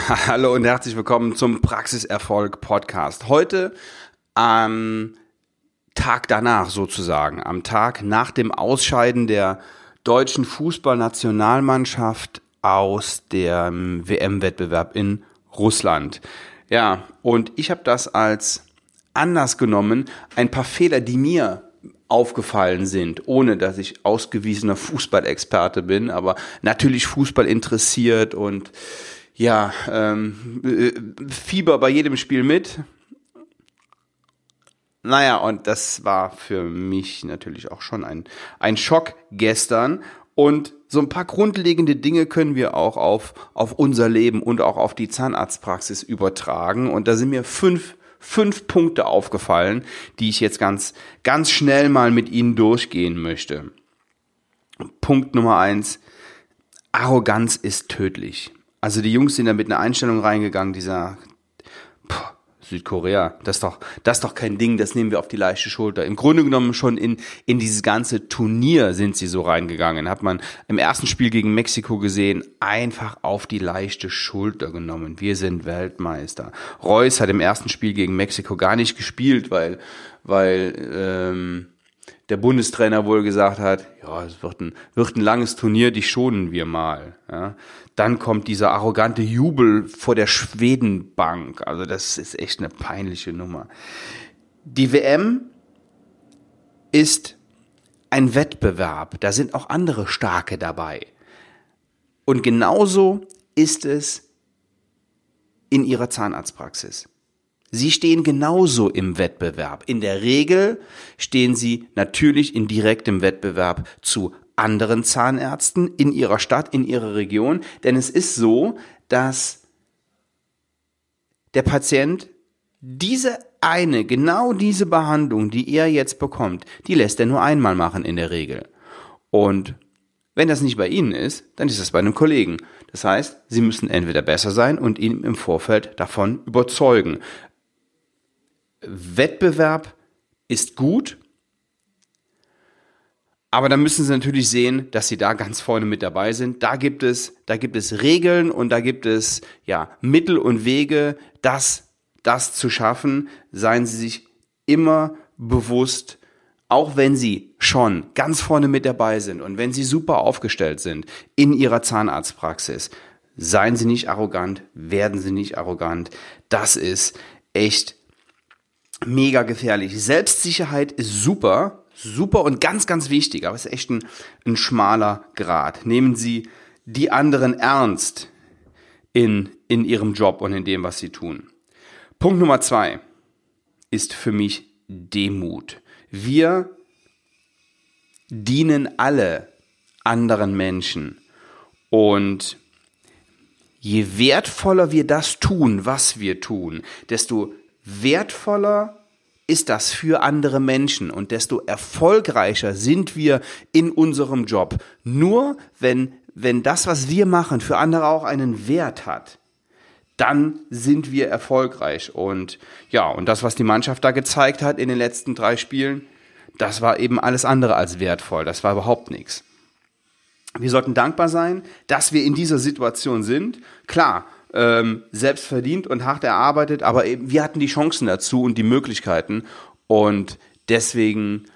Hallo und herzlich willkommen zum Praxiserfolg Podcast. Heute am Tag danach sozusagen, am Tag nach dem Ausscheiden der deutschen Fußballnationalmannschaft aus dem WM-Wettbewerb in Russland. Ja, und ich habe das als Anlass genommen, ein paar Fehler, die mir aufgefallen sind, ohne dass ich ausgewiesener Fußballexperte bin, aber natürlich Fußball interessiert und ja, Fieber bei jedem Spiel mit. Naja, und das war für mich natürlich auch schon ein Schock gestern. Und so ein paar grundlegende Dinge können wir auch auf unser Leben und auch auf die Zahnarztpraxis übertragen. Und da sind mir fünf Punkte aufgefallen, die ich jetzt ganz schnell mal mit Ihnen durchgehen möchte. Punkt Nummer 1, Arroganz ist tödlich. Also die Jungs sind da mit einer Einstellung reingegangen, dieser Südkorea, das ist doch kein Ding, das nehmen wir auf die leichte Schulter. Im Grunde genommen schon in dieses ganze Turnier sind sie so reingegangen. Hat man im ersten Spiel gegen Mexiko gesehen, einfach auf die leichte Schulter genommen. Wir sind Weltmeister. Reus hat im ersten Spiel gegen Mexiko gar nicht gespielt, weil der Bundestrainer wohl gesagt hat, ja, es wird ein langes Turnier, dich schonen wir mal. Ja. Dann kommt dieser arrogante Jubel vor der Schwedenbank. Also das ist echt eine peinliche Nummer. Die WM ist ein Wettbewerb. Da sind auch andere Starke dabei. Und genauso ist es in Ihrer Zahnarztpraxis. Sie stehen genauso im Wettbewerb. In der Regel stehen Sie natürlich in direktem Wettbewerb zu anderen Zahnärzten in Ihrer Stadt, in Ihrer Region. Denn es ist so, dass der Patient genau diese Behandlung, die er jetzt bekommt, die lässt er nur einmal machen in der Regel. Und wenn das nicht bei Ihnen ist, dann ist das bei einem Kollegen. Das heißt, Sie müssen entweder besser sein und ihn im Vorfeld davon überzeugen. Wettbewerb ist gut, aber da müssen Sie natürlich sehen, dass Sie da ganz vorne mit dabei sind. Da gibt es Regeln und da gibt es Mittel und Wege, das zu schaffen. Seien Sie sich immer bewusst, auch wenn Sie schon ganz vorne mit dabei sind und wenn Sie super aufgestellt sind in Ihrer Zahnarztpraxis, seien Sie nicht arrogant, werden Sie nicht arrogant. Das ist echt mega gefährlich. Selbstsicherheit ist super und ganz wichtig, aber es ist echt ein schmaler Grat. Nehmen Sie die anderen ernst in Ihrem Job und in dem, was Sie tun. Punkt Nummer 2 ist für mich Demut. Wir dienen alle anderen Menschen und je wertvoller wir das tun, was wir tun, desto wertvoller ist das für andere Menschen und desto erfolgreicher sind wir in unserem Job. Nur wenn das, was wir machen, für andere auch einen Wert hat, dann sind wir erfolgreich. Und das, was die Mannschaft da gezeigt hat in den letzten 3 Spielen, das war eben alles andere als wertvoll. Das war überhaupt nichts. Wir sollten dankbar sein, dass wir in dieser Situation sind. Klar, selbst verdient und hart erarbeitet, aber eben wir hatten die Chancen dazu und die Möglichkeiten und deswegen,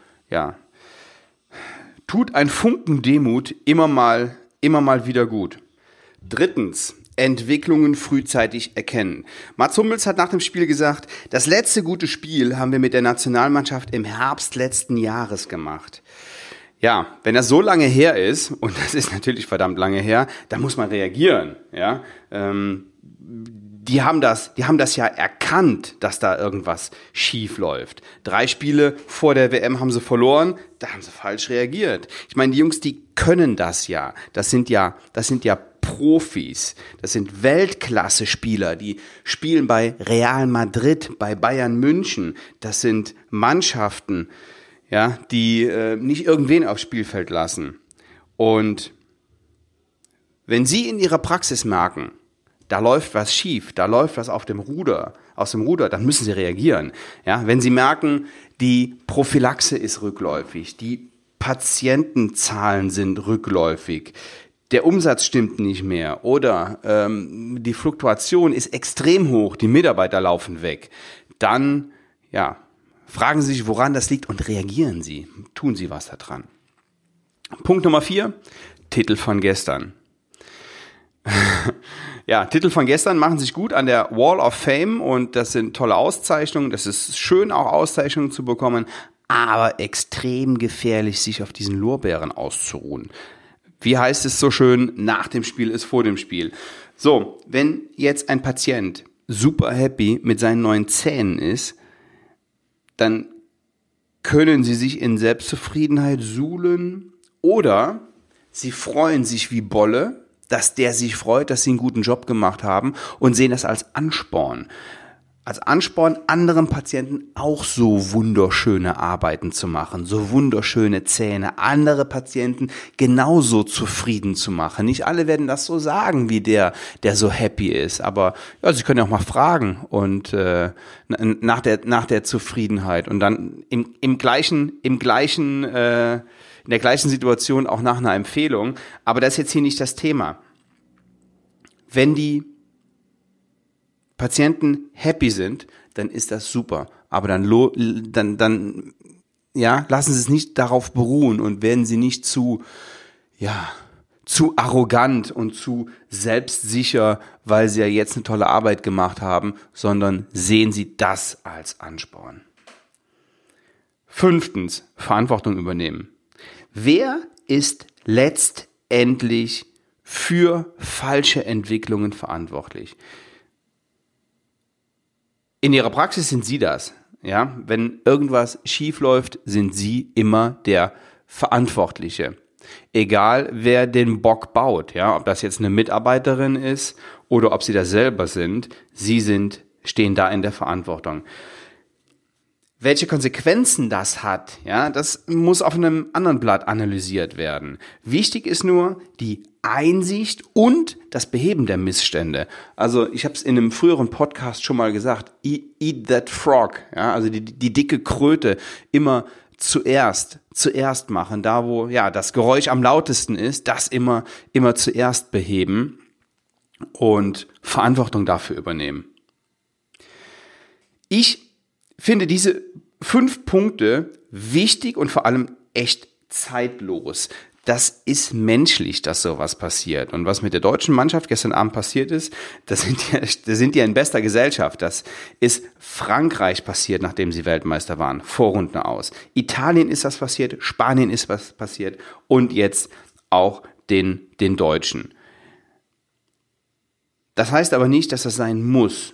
tut ein Funken Demut immer mal wieder gut. 3. Entwicklungen frühzeitig erkennen. Mats Hummels hat nach dem Spiel gesagt, das letzte gute Spiel haben wir mit der Nationalmannschaft im Herbst letzten Jahres gemacht. Ja, wenn das so lange her ist, und das ist natürlich verdammt lange her, dann muss man reagieren, ja. Die haben das ja erkannt, dass da irgendwas schief läuft. 3 Spiele vor der WM haben sie verloren, da haben sie falsch reagiert. Ich meine, die Jungs, die können das ja. Das sind ja Profis. Das sind Weltklasse-Spieler, die spielen bei Real Madrid, bei Bayern München. Das sind Mannschaften, die nicht irgendwen aufs Spielfeld lassen. Und wenn Sie in Ihrer Praxis merken, da läuft was schief, da läuft was aus dem Ruder, dann müssen Sie reagieren. Ja, wenn Sie merken, die Prophylaxe ist rückläufig, die Patientenzahlen sind rückläufig, der Umsatz stimmt nicht mehr oder die Fluktuation ist extrem hoch, die Mitarbeiter laufen weg, dann fragen Sie sich, woran das liegt und reagieren Sie, tun Sie was daran. Punkt Nummer 4, Titel von gestern. Ja, Titel von gestern machen sich gut an der Wall of Fame und das sind tolle Auszeichnungen, das ist schön auch Auszeichnungen zu bekommen, aber extrem gefährlich, sich auf diesen Lorbeeren auszuruhen. Wie heißt es so schön, nach dem Spiel ist vor dem Spiel. So, wenn jetzt ein Patient super happy mit seinen neuen Zähnen ist, dann können Sie sich in Selbstzufriedenheit suhlen oder Sie freuen sich wie Bolle, dass der sich freut, dass Sie einen guten Job gemacht haben und sehen das als Ansporn. Als Ansporn, anderen Patienten auch so wunderschöne Arbeiten zu machen, so wunderschöne Zähne, andere Patienten genauso zufrieden zu machen. Nicht alle werden das so sagen wie der so happy ist, aber ja, Sie können ja auch mal fragen und nach der Zufriedenheit und dann in der gleichen Situation auch nach einer Empfehlung. Aber das ist jetzt hier nicht das Thema. Wenn die Patienten happy sind, dann ist das super. Aber dann lassen Sie es nicht darauf beruhen und werden Sie nicht zu arrogant und zu selbstsicher, weil Sie ja jetzt eine tolle Arbeit gemacht haben, sondern sehen Sie das als Ansporn. 5. Verantwortung übernehmen. Wer ist letztendlich für falsche Entwicklungen verantwortlich? In Ihrer Praxis sind Sie das. Ja? Wenn irgendwas schief läuft, sind Sie immer der Verantwortliche. Egal, wer den Bock baut, ja? Ob das jetzt eine Mitarbeiterin ist oder ob Sie das selber sind, Sie stehen da in der Verantwortung. Welche Konsequenzen das hat, ja, das muss auf einem anderen Blatt analysiert werden. Wichtig ist nur die Einsicht und das Beheben der Missstände. Also ich habe es in einem früheren Podcast schon mal gesagt, eat that frog, ja, also die dicke Kröte immer zuerst machen, da wo das Geräusch am lautesten ist, das immer zuerst beheben und Verantwortung dafür übernehmen. Ich finde diese 5 Punkte wichtig und vor allem echt zeitlos. Das ist menschlich, dass sowas passiert. Und was mit der deutschen Mannschaft gestern Abend passiert ist, da sind die in bester Gesellschaft. Das ist Frankreich passiert, nachdem sie Weltmeister waren, Vorrunde aus. Italien ist das passiert, Spanien ist was passiert und jetzt auch den Deutschen. Das heißt aber nicht, dass das sein muss.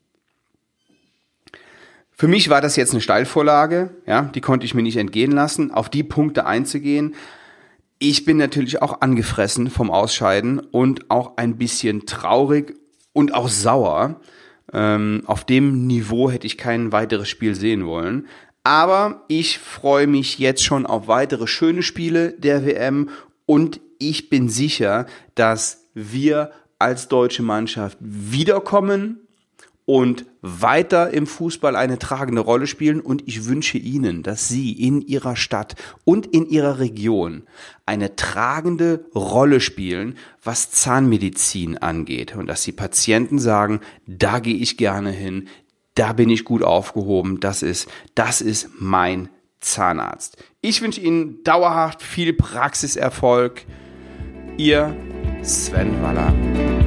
Für mich war das jetzt eine Steilvorlage, ja, die konnte ich mir nicht entgehen lassen, auf die Punkte einzugehen. Ich bin natürlich auch angefressen vom Ausscheiden und auch ein bisschen traurig und auch sauer. Auf dem Niveau hätte ich kein weiteres Spiel sehen wollen. Aber ich freue mich jetzt schon auf weitere schöne Spiele der WM und ich bin sicher, dass wir als deutsche Mannschaft wiederkommen und weiter im Fußball eine tragende Rolle spielen. Und ich wünsche Ihnen, dass Sie in Ihrer Stadt und in Ihrer Region eine tragende Rolle spielen, was Zahnmedizin angeht. Und dass die Patienten sagen, da gehe ich gerne hin, da bin ich gut aufgehoben, das ist mein Zahnarzt. Ich wünsche Ihnen dauerhaft viel Praxiserfolg. Ihr Sven Waller.